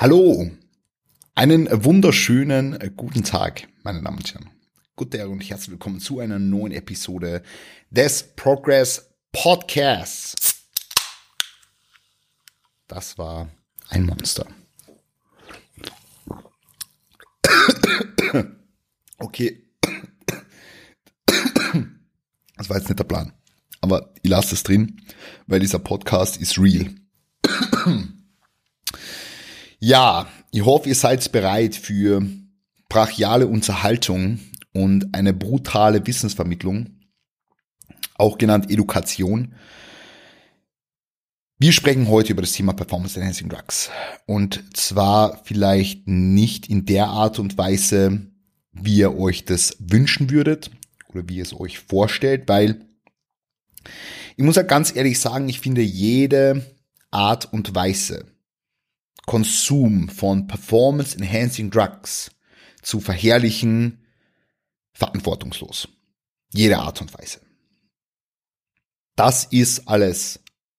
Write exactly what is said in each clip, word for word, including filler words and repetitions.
Hallo, einen wunderschönen guten Tag, meine Damen und Herren. Guten Tag und herzlich willkommen zu einer neuen Episode des Progress Podcasts. Das war ein Monster. Okay, das war jetzt nicht der Plan, aber ich lasse es drin, weil dieser Podcast ist real. Ja, ich hoffe, ihr seid bereit für brachiale Unterhaltung und eine brutale Wissensvermittlung, auch genannt Edukation. Wir sprechen heute über das Thema Performance Enhancing Drugs und zwar vielleicht nicht in der Art und Weise, wie ihr euch das wünschen würdet oder wie ihr es euch vorstellt, weil ich muss ja ganz ehrlich sagen, ich finde jede Art und Weise, Konsum von Performance Enhancing Drugs zu verherrlichen, verantwortungslos. Jede Art und Weise. Das ist alles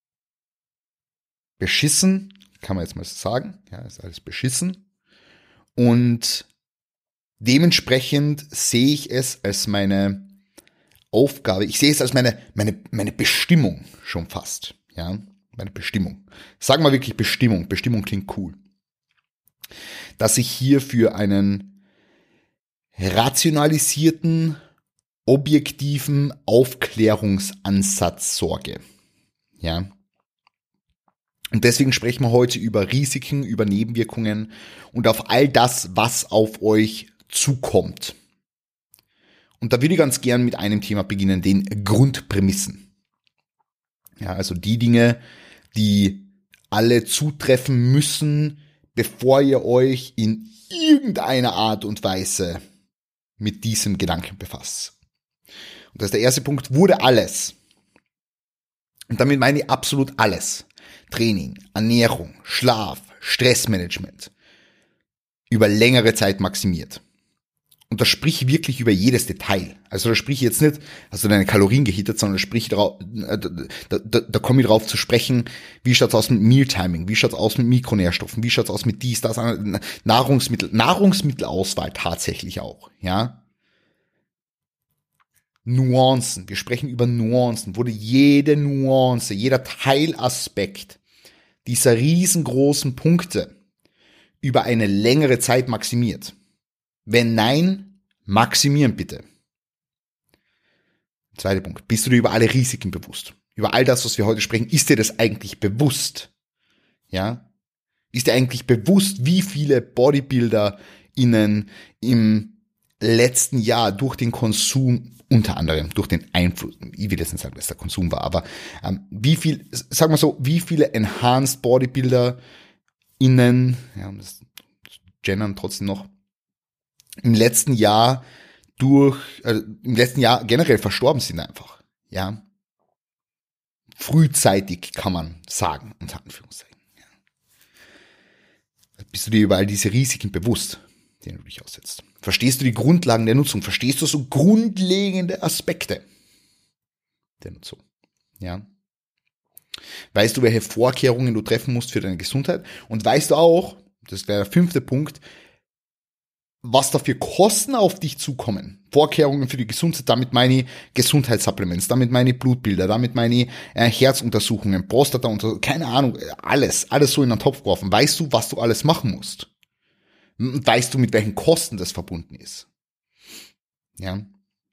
beschissen, kann man jetzt mal so sagen. Ja, ist alles beschissen. Und dementsprechend sehe ich es als meine Aufgabe, ich sehe es als meine, meine, meine Bestimmung schon fast. Ja, meine Bestimmung. Sagen wir wirklich Bestimmung. Bestimmung klingt cool. Dass ich hier für einen rationalisierten, objektiven Aufklärungsansatz sorge. Ja. Und deswegen sprechen wir heute über Risiken, über Nebenwirkungen und auf all das, was auf euch zukommt. Und da würde ich ganz gern mit einem Thema beginnen, den Grundprämissen. Ja, also die Dinge, die alle zutreffen müssen, bevor ihr euch in irgendeiner Art und Weise mit diesem Gedanken befasst. Und das ist der erste Punkt, wurde alles, und damit meine ich absolut alles, Training, Ernährung, Schlaf, Stressmanagement, über längere Zeit maximiert. Und da sprich ich wirklich über jedes Detail. Also da sprich ich jetzt nicht, hast du deine Kalorien gehittet, sondern da sprich ich drauf, da, da, da, da komme ich drauf zu sprechen, wie schaut's aus mit Mealtiming, wie schaut's aus mit Mikronährstoffen, wie schaut's aus mit dies, das, Nahrungsmittel, Nahrungsmittelauswahl tatsächlich auch, ja. Nuancen, wir sprechen über Nuancen, wurde jede Nuance, jeder Teilaspekt dieser riesengroßen Punkte über eine längere Zeit maximiert. Wenn nein, maximieren bitte. Zweiter Punkt. Bist du dir über alle Risiken bewusst? Über all das, was wir heute sprechen, ist dir das eigentlich bewusst? Ja? Ist dir eigentlich bewusst, wie viele Bodybuilder innen im letzten Jahr durch den Konsum, unter anderem durch den Einfluss, ich will jetzt nicht sagen, dass der Konsum war, aber ähm, wie viel, sag mal so, wie viele Enhanced Bodybuilder innen, ja, das gendern trotzdem noch, im letzten Jahr durch, äh, im letzten Jahr generell verstorben sind einfach, ja. Frühzeitig kann man sagen, unter Anführungszeichen. Ja. Bist du dir über all diese Risiken bewusst, denen du dich aussetzt? Verstehst du die Grundlagen der Nutzung? Verstehst du so grundlegende Aspekte der Nutzung? Ja. Weißt du, welche Vorkehrungen du treffen musst für deine Gesundheit? Und weißt du auch, das wäre der fünfte Punkt, was da für Kosten auf dich zukommen. Vorkehrungen für die Gesundheit, damit meine ich Gesundheitssupplements, damit meine ich Blutbilder, damit meine ich äh, Herzuntersuchungen, Prostata-Untersuchungen, keine Ahnung, alles, alles so in einen Topf geworfen. Weißt du, was du alles machen musst? Weißt du, mit welchen Kosten das verbunden ist? Ja.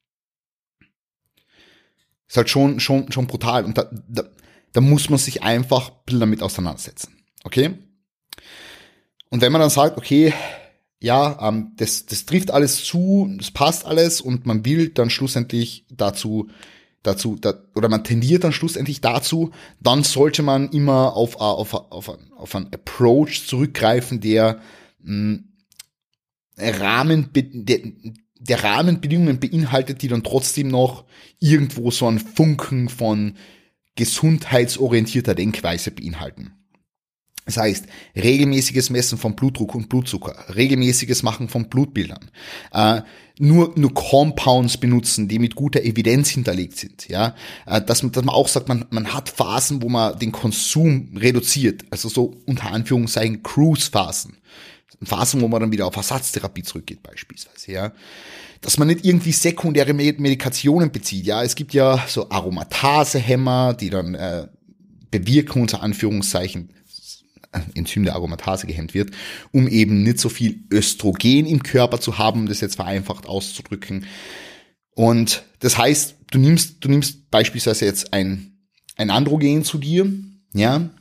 Ist halt schon, schon, schon brutal. Und da, da, da muss man sich einfach ein bisschen damit auseinandersetzen. Okay? Und wenn man dann sagt, okay, ja, ähm, das, das trifft alles zu, das passt alles und man will dann schlussendlich dazu, dazu, da, oder man tendiert dann schlussendlich dazu, dann sollte man immer auf, auf, auf, auf einen Approach zurückgreifen, der mh, Rahmen, der, der Rahmenbedingungen beinhaltet, die dann trotzdem noch irgendwo so einen Funken von gesundheitsorientierter Denkweise beinhalten. Das heißt, regelmäßiges Messen von Blutdruck und Blutzucker, regelmäßiges Machen von Blutbildern, äh, nur nur Compounds benutzen, die mit guter Evidenz hinterlegt sind, ja, äh, dass man dass man auch sagt, man man hat Phasen, wo man den Konsum reduziert, also so unter Anführungszeichen Cruise-Phasen, Phasen, wo man dann wieder auf Ersatztherapie zurückgeht beispielsweise, ja, dass man nicht irgendwie sekundäre Medikationen bezieht, ja, es gibt ja so Aromatasehämmer, die dann äh, bewirken unter Anführungszeichen Enzym der Aromatase gehemmt wird, um eben nicht so viel Östrogen im Körper zu haben, um das jetzt vereinfacht auszudrücken. Und das heißt, du nimmst, du nimmst beispielsweise jetzt ein, ein Androgen zu dir, ja,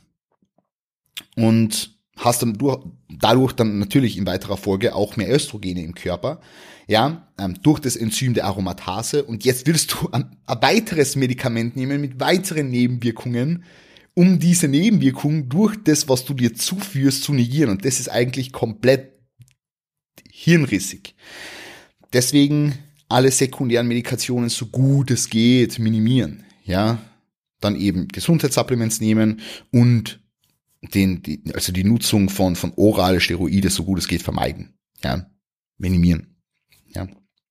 und hast dann durch, dadurch dann natürlich in weiterer Folge auch mehr Östrogene im Körper, ja, ähm, durch das Enzym der Aromatase. Und jetzt willst du ein, ein weiteres Medikament nehmen mit weiteren Nebenwirkungen, um diese Nebenwirkungen durch das, was du dir zuführst, zu negieren. Und das ist eigentlich komplett hirnrissig. Deswegen alle sekundären Medikationen so gut es geht minimieren. Ja, dann eben Gesundheitssupplements nehmen und den, die, also die Nutzung von, von orale Steroide so gut es geht vermeiden. Ja, minimieren. Ja.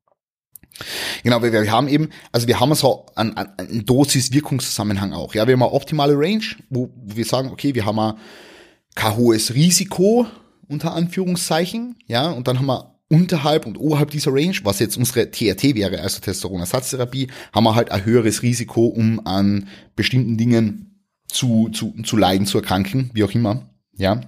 Genau, wir, wir haben eben, also wir haben so einen, einen Dosis-Wirkungszusammenhang auch. Ja, wir haben eine optimale Range, wo, wo wir sagen, okay, wir haben kein hohes Risiko, unter Anführungszeichen, ja, und dann haben wir unterhalb und oberhalb dieser Range, was jetzt unsere T R T wäre, also Testosteronersatztherapie, haben wir halt ein höheres Risiko, um an bestimmten Dingen zu, zu, zu leiden, zu erkranken, wie auch immer, ja.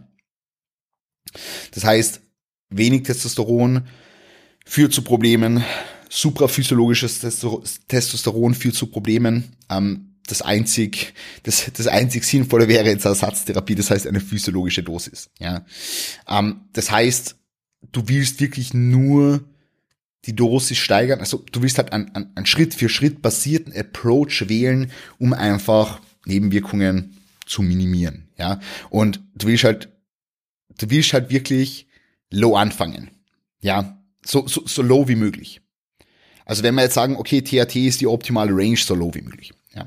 Das heißt, wenig Testosteron führt zu Problemen, supraphysiologisches Testosteron führt zu Problemen. Ähm, das einzig, das, das einzig Sinnvolle wäre jetzt Ersatztherapie, das heißt eine physiologische Dosis. Ja, ähm, das heißt, du willst wirklich nur die Dosis steigern. Also du willst halt einen, einen, einen Schritt für Schritt basierten Approach wählen, um einfach Nebenwirkungen zu minimieren. Ja, und du willst halt, du willst halt wirklich low anfangen. Ja, so so, so low wie möglich. Also wenn wir jetzt sagen, okay, T R T ist die optimale Range, so low wie möglich. Ja.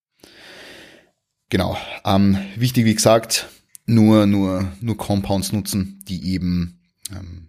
Genau. Ähm, wichtig, wie gesagt, nur nur nur Compounds nutzen, die eben ähm,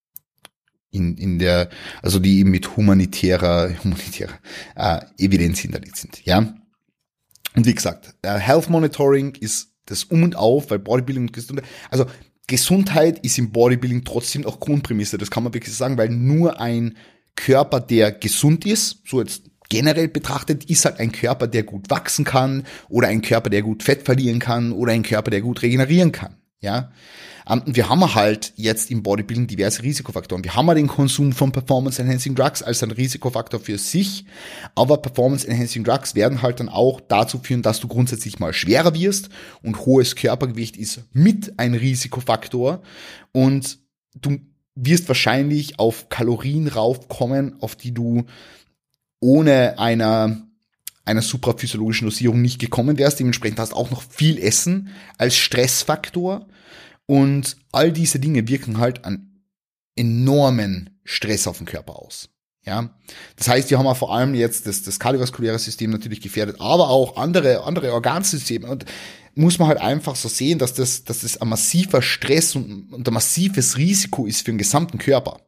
in in der, also die eben mit humanitärer humanitärer äh, Evidenz hinterlegt sind. Ja. Und wie gesagt, äh, Health Monitoring ist das Um und Auf, weil Bodybuilding und Gesundheit, also Gesundheit ist im Bodybuilding trotzdem auch Grundprämisse. Das kann man wirklich sagen, weil nur ein Körper, der gesund ist, so jetzt generell betrachtet, ist halt ein Körper, der gut wachsen kann oder ein Körper, der gut Fett verlieren kann oder ein Körper, der gut regenerieren kann. Ja, und wir haben halt jetzt im Bodybuilding diverse Risikofaktoren. Wir haben ja den Konsum von Performance-Enhancing Drugs als ein Risikofaktor für sich, aber Performance-Enhancing Drugs werden halt dann auch dazu führen, dass du grundsätzlich mal schwerer wirst und hohes Körpergewicht ist mit ein Risikofaktor und du wirst wahrscheinlich auf Kalorien raufkommen, auf die du ohne einer, einer supraphysiologischen Dosierung nicht gekommen wärst. Dementsprechend hast du auch noch viel Essen als Stressfaktor. Und all diese Dinge wirken halt an enormen Stress auf den Körper aus. Ja, das heißt, wir haben ja vor allem jetzt das, das kardiovaskuläre System natürlich gefährdet, aber auch andere, andere Organsysteme. Und muss man halt einfach so sehen, dass das, dass das ein massiver Stress und, und ein massives Risiko ist für den gesamten Körper.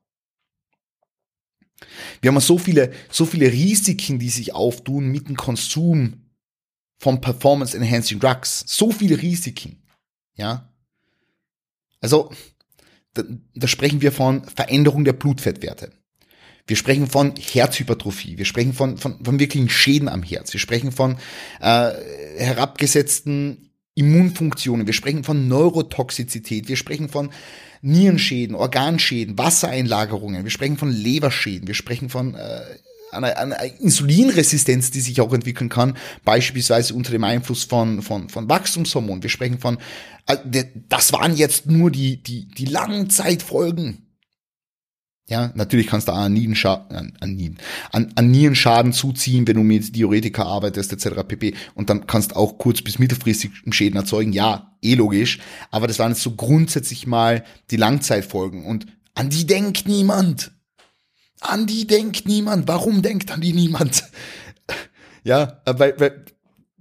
Wir haben so viele, so viele Risiken, die sich auftun mit dem Konsum von Performance-Enhancing Drugs. So viele Risiken. Ja. Also, da, da sprechen wir von Veränderung der Blutfettwerte. Wir sprechen von Herzhypertrophie. Wir sprechen von, von, von wirklichen Schäden am Herz. Wir sprechen von äh, herabgesetzten Immunfunktionen. Wir sprechen von Neurotoxizität. Wir sprechen von Nierenschäden, Organschäden, Wassereinlagerungen. Wir sprechen von Leberschäden. Wir sprechen von äh, einer, einer Insulinresistenz, die sich auch entwickeln kann, beispielsweise unter dem Einfluss von, von, von Wachstumshormonen. Wir sprechen von, äh, das waren jetzt nur die, die, die Langzeitfolgen. Ja, natürlich kannst du an Nierenschaden, an, Nieren, an, an Nierenschaden zuziehen, wenn du mit Diuretika arbeitest, et cetera pp. Und dann kannst du auch kurz- bis mittelfristig Schäden erzeugen. Ja, eh logisch. Aber das waren jetzt so grundsätzlich mal die Langzeitfolgen. Und an die denkt niemand. An die denkt niemand. Warum denkt an die niemand? Ja, weil, weil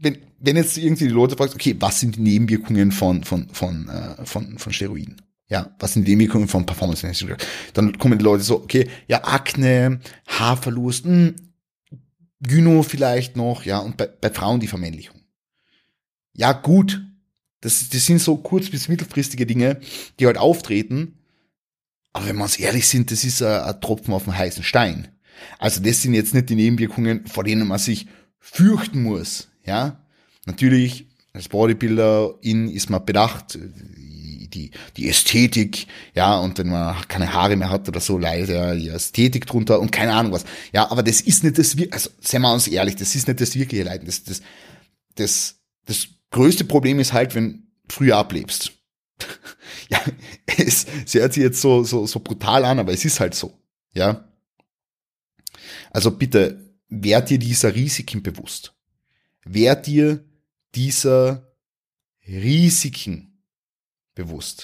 wenn, wenn jetzt irgendwie die Leute fragst, okay, was sind die Nebenwirkungen von, von, von, äh, von, von Steroiden? Ja, was sind die Nebenwirkungen von Performance Enhancing Drugs? Dann kommen die Leute so, okay, ja, Akne, Haarverlust, mh, Gyno vielleicht noch, ja, und bei, bei Frauen die Vermännlichung. Ja, gut. Das, das sind so kurz- bis mittelfristige Dinge, die halt auftreten. Aber wenn wir uns ehrlich sind, das ist ein, ein Tropfen auf dem heißen Stein. Also das sind jetzt nicht die Nebenwirkungen, vor denen man sich fürchten muss, ja. Natürlich, als Bodybuilder in ist man bedacht, die, die Ästhetik, ja, und wenn man keine Haare mehr hat oder so, leidet ja die Ästhetik drunter und keine Ahnung was. Ja, aber das ist nicht das, also seien wir uns ehrlich, das ist nicht das wirkliche Leiden. Das, das, das, das größte Problem ist halt, wenn du früher ablebst. Ja, es, es hört sich jetzt so, so, so brutal an, aber es ist halt so, ja. Also bitte, werd dir dieser Risiken bewusst. Werd dir dieser Risiken bewusst.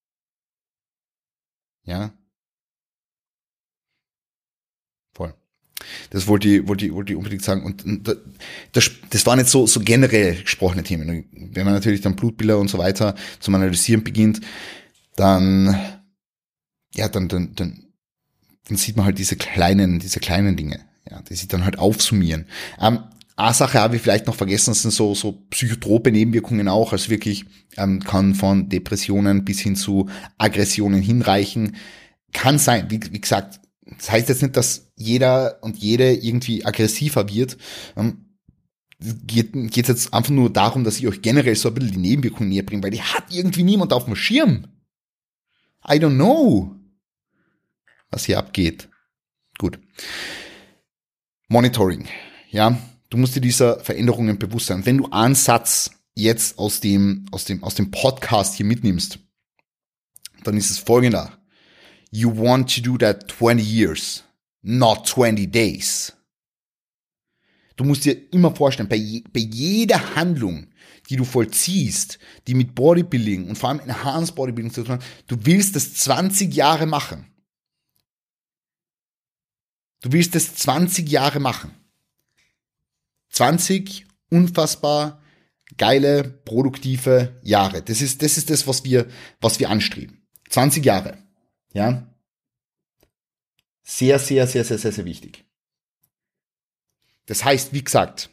Ja. Voll. Das wollte ich, wollte ich, wollte ich unbedingt sagen. Und das, das waren jetzt so, so generell gesprochene Themen. Wenn man natürlich dann Blutbilder und so weiter zum Analysieren beginnt, dann, ja, dann, dann, dann, dann sieht man halt diese kleinen, diese kleinen Dinge, ja, die sich dann halt aufsummieren. Ähm, eine Sache habe ich vielleicht noch vergessen, das sind so, so psychotrope Nebenwirkungen auch, also wirklich, ähm, kann von Depressionen bis hin zu Aggressionen hinreichen. Kann sein, wie, wie gesagt, das heißt jetzt nicht, dass jeder und jede irgendwie aggressiver wird. Ähm, geht, geht jetzt einfach nur darum, dass ich euch generell so ein bisschen die Nebenwirkungen näher bringe, weil die hat irgendwie niemand auf dem Schirm. I don't know, was hier abgeht. Gut. Monitoring. Ja, du musst dir dieser Veränderungen bewusst sein. Wenn du einen Satz jetzt aus dem, aus dem, aus dem Podcast hier mitnimmst, dann ist es folgender. You want to do that twenty years, not twenty days. Du musst dir immer vorstellen, bei, je, bei jeder Handlung, die du vollziehst, die mit Bodybuilding und vor allem Enhanced Bodybuilding zu tun hat, du willst das zwanzig Jahre machen. Du willst das zwanzig Jahre machen. zwanzig unfassbar geile, produktive Jahre. Das ist, das ist das, was wir, was wir anstreben. zwanzig Jahre. Ja. Sehr, sehr, sehr, sehr, sehr, sehr wichtig. Das heißt, wie gesagt,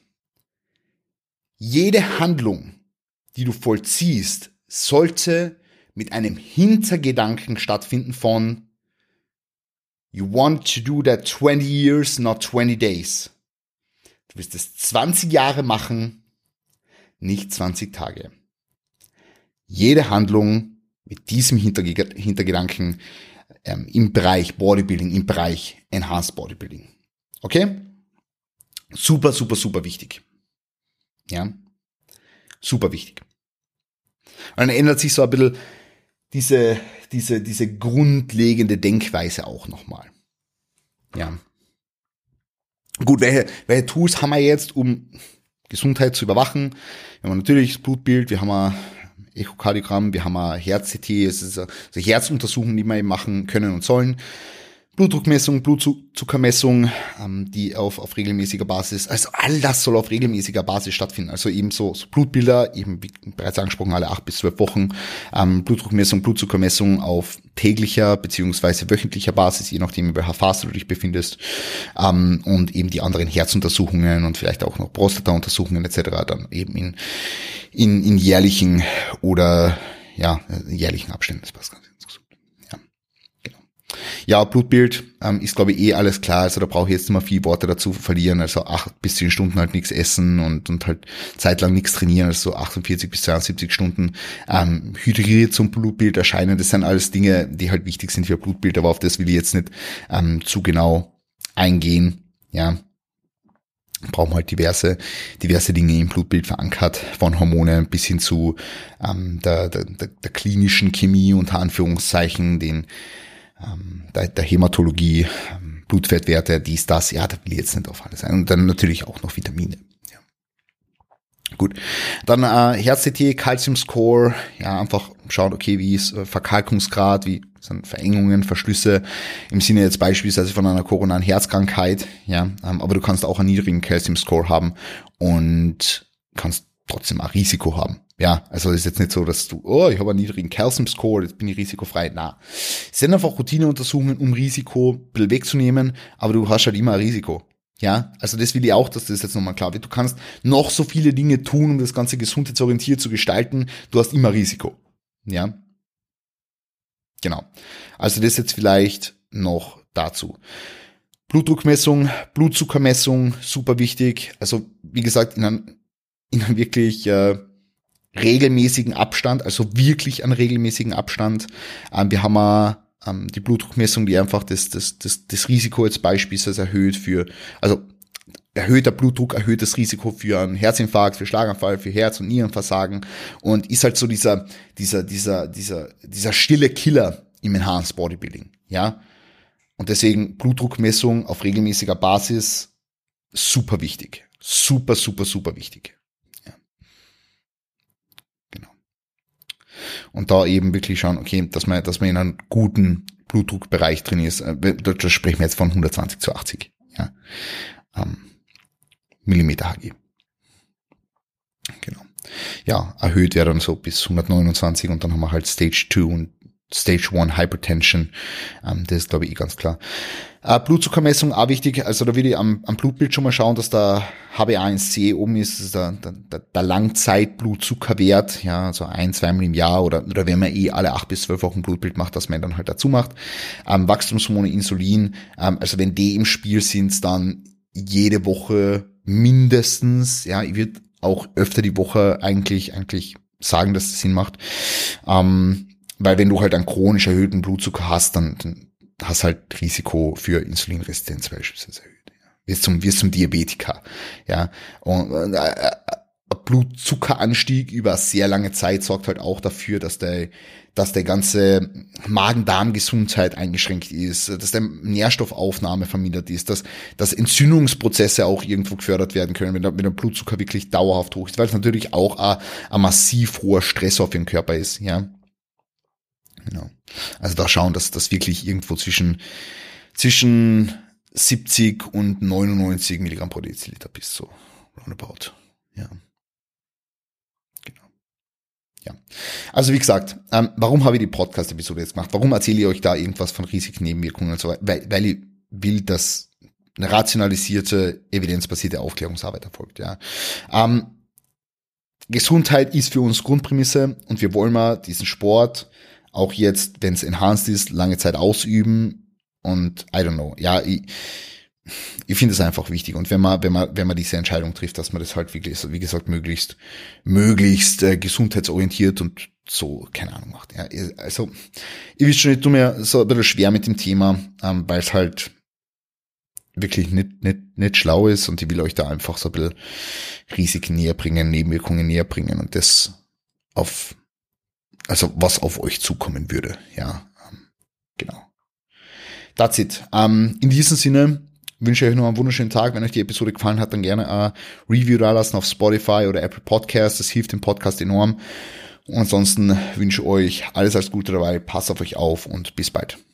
jede Handlung, die du vollziehst, sollte mit einem Hintergedanken stattfinden von You want to do that twenty years, not twenty days. Du wirst es zwanzig Jahre machen, nicht zwanzig Tage. Jede Handlung mit diesem Hinterge- Hintergedanken ähm, im Bereich Bodybuilding, im Bereich Enhanced Bodybuilding. Okay? Super, super, super wichtig. Ja? Super wichtig. Und dann ändert sich so ein bisschen diese, diese, diese grundlegende Denkweise auch nochmal. Ja. Gut, welche, welche Tools haben wir jetzt, um Gesundheit zu überwachen? Wir haben natürlich das Blutbild, wir haben ein Echokardiogramm, wir haben ein Herz-C T, es ist also Herzuntersuchungen, die wir eben machen können und sollen. Blutdruckmessung, Blutzuckermessung, ähm, die auf, auf regelmäßiger Basis, also all das soll auf regelmäßiger Basis stattfinden. Also eben so, so Blutbilder, eben wie bereits angesprochen, alle acht bis zwölf Wochen, ähm, Blutdruckmessung, Blutzuckermessung auf täglicher beziehungsweise wöchentlicher Basis, je nachdem, in welcher Phase du dich befindest, ähm, und eben die anderen Herzuntersuchungen und vielleicht auch noch Prostata-Untersuchungen et cetera dann eben in, in, in jährlichen oder, ja, jährlichen Abständen, das passt ganz. Ja, Blutbild ähm, ist, glaube ich, eh alles klar. Also da brauche ich jetzt nicht mehr viel Worte dazu verlieren. Also acht bis zehn Stunden halt nichts essen und und halt zeitlang nichts trainieren. Also so achtundvierzig bis zweiundsiebzig Stunden ähm, hydriert zum Blutbild erscheinen. Das sind alles Dinge, die halt wichtig sind für Blutbild. Aber auf das will ich jetzt nicht ähm, zu genau eingehen. Ja, brauchen halt diverse diverse Dinge im Blutbild verankert, von Hormonen bis hin zu ähm, der, der, der, der klinischen Chemie unter Anführungszeichen, den Der, der Hämatologie, Blutfettwerte, dies, das, ja, da will ich jetzt nicht auf alles ein. Und dann natürlich auch noch Vitamine. Ja. Gut. Dann äh, Herz-C T, Calcium-Score, ja, einfach schauen, okay, wie ist äh, Verkalkungsgrad, wie sind Verengungen, Verschlüsse, im Sinne jetzt beispielsweise von einer koronaren Herzkrankheit, ja, ähm, aber du kannst auch einen niedrigen Calcium-Score haben und kannst trotzdem ein Risiko haben. Ja, also es ist jetzt nicht so, dass du, oh, ich habe einen niedrigen Calcium-Score, jetzt bin ich risikofrei. Na, es sind einfach Routineuntersuchungen, um Risiko ein bisschen wegzunehmen, aber du hast halt immer ein Risiko. Ja, also das will ich auch, dass das jetzt nochmal klar wird. Du kannst noch so viele Dinge tun, um das Ganze gesundheitsorientiert zu gestalten, du hast immer Risiko. Ja, genau. Also das jetzt vielleicht noch dazu. Blutdruckmessung, Blutzuckermessung, super wichtig. Also wie gesagt, in einem, in einem wirklich äh, regelmäßigen Abstand, also wirklich einen regelmäßigen Abstand. Ähm, wir haben auch, ähm, die Blutdruckmessung, die einfach das, das, das, das Risiko jetzt beispielsweise erhöht für, also erhöhter Blutdruck erhöht das Risiko für einen Herzinfarkt, für Schlaganfall, für Herz- und Nierenversagen und ist halt so dieser, dieser, dieser, dieser, dieser stille Killer im Enhanced Bodybuilding, ja. Und deswegen Blutdruckmessung auf regelmäßiger Basis super wichtig. Super, super, super wichtig. Ja. Genau. Und da eben wirklich schauen, okay, dass man, dass man in einem guten Blutdruckbereich drin ist. Da sprechen wir jetzt von hundertzwanzig zu achtzig. Ja. Ähm, Millimeter H G. Genau. Ja, erhöht wäre dann so bis hundertneunundzwanzig und dann haben wir halt Stage zwei und Stage eins Hypertension, ähm, das ist glaube ich eh ganz klar. Äh, Blutzuckermessung auch wichtig, also da will ich am, am Blutbild schon mal schauen, dass der H b A eins C oben ist, das ist der, der, der Langzeitblutzuckerwert, ja, so ein, zweimal im Jahr oder, oder wenn man eh alle acht bis zwölf Wochen Blutbild macht, dass man dann halt dazu macht. Ähm, Wachstumshormone, Insulin, ähm, also wenn die im Spiel sind, dann jede Woche mindestens, ja, ich würde auch öfter die Woche eigentlich, eigentlich sagen, dass das Sinn macht, ähm, weil wenn du halt einen chronisch erhöhten Blutzucker hast, dann, dann hast halt Risiko für Insulinresistenz beispielsweise erhöht. Ja. Wirst zum, wirst zum Diabetiker. Ja. Und äh, ein Blutzuckeranstieg über sehr lange Zeit sorgt halt auch dafür, dass der, dass der ganze Magen-Darm-Gesundheit eingeschränkt ist, dass der Nährstoffaufnahme vermindert ist, dass, dass Entzündungsprozesse auch irgendwo gefördert werden können, wenn der, wenn der Blutzucker wirklich dauerhaft hoch ist, weil es natürlich auch ein, ein massiv hoher Stressor für den Körper ist, ja. Genau. Also da schauen, dass das wirklich irgendwo zwischen, zwischen siebzig und neunundneunzig Milligramm pro Deziliter bis so roundabout. Ja. Genau. Ja. Also wie gesagt, ähm, warum habe ich die Podcast-Episode jetzt gemacht? Warum erzähle ich euch da irgendwas von Risiken, Nebenwirkungen und so weiter? Weil, weil ich will, dass eine rationalisierte, evidenzbasierte Aufklärungsarbeit erfolgt, ja. Ähm, Gesundheit ist für uns Grundprämisse und wir wollen mal diesen Sport auch jetzt, wenn es enhanced ist, lange Zeit ausüben und I don't know. Ja, ich, ich finde es einfach wichtig und wenn man, wenn man, wenn man diese Entscheidung trifft, dass man das halt wirklich, wie gesagt, möglichst, möglichst äh, gesundheitsorientiert und so, keine Ahnung, macht. Ja, also, ich will schon, ich tu mir so ein bisschen schwer mit dem Thema, ähm, weil es halt wirklich nicht, nicht, nicht schlau ist und ich will euch da einfach so ein bisschen Risiken näher bringen, Nebenwirkungen näher bringen und das auf, also was auf euch zukommen würde, ja, genau. That's it. Ähm, in diesem Sinne wünsche ich euch noch einen wunderschönen Tag. Wenn euch die Episode gefallen hat, dann gerne ein Review da lassen auf Spotify oder Apple Podcasts. Das hilft dem Podcast enorm. Und ansonsten wünsche ich euch alles als Gute dabei. Passt auf euch auf und bis bald.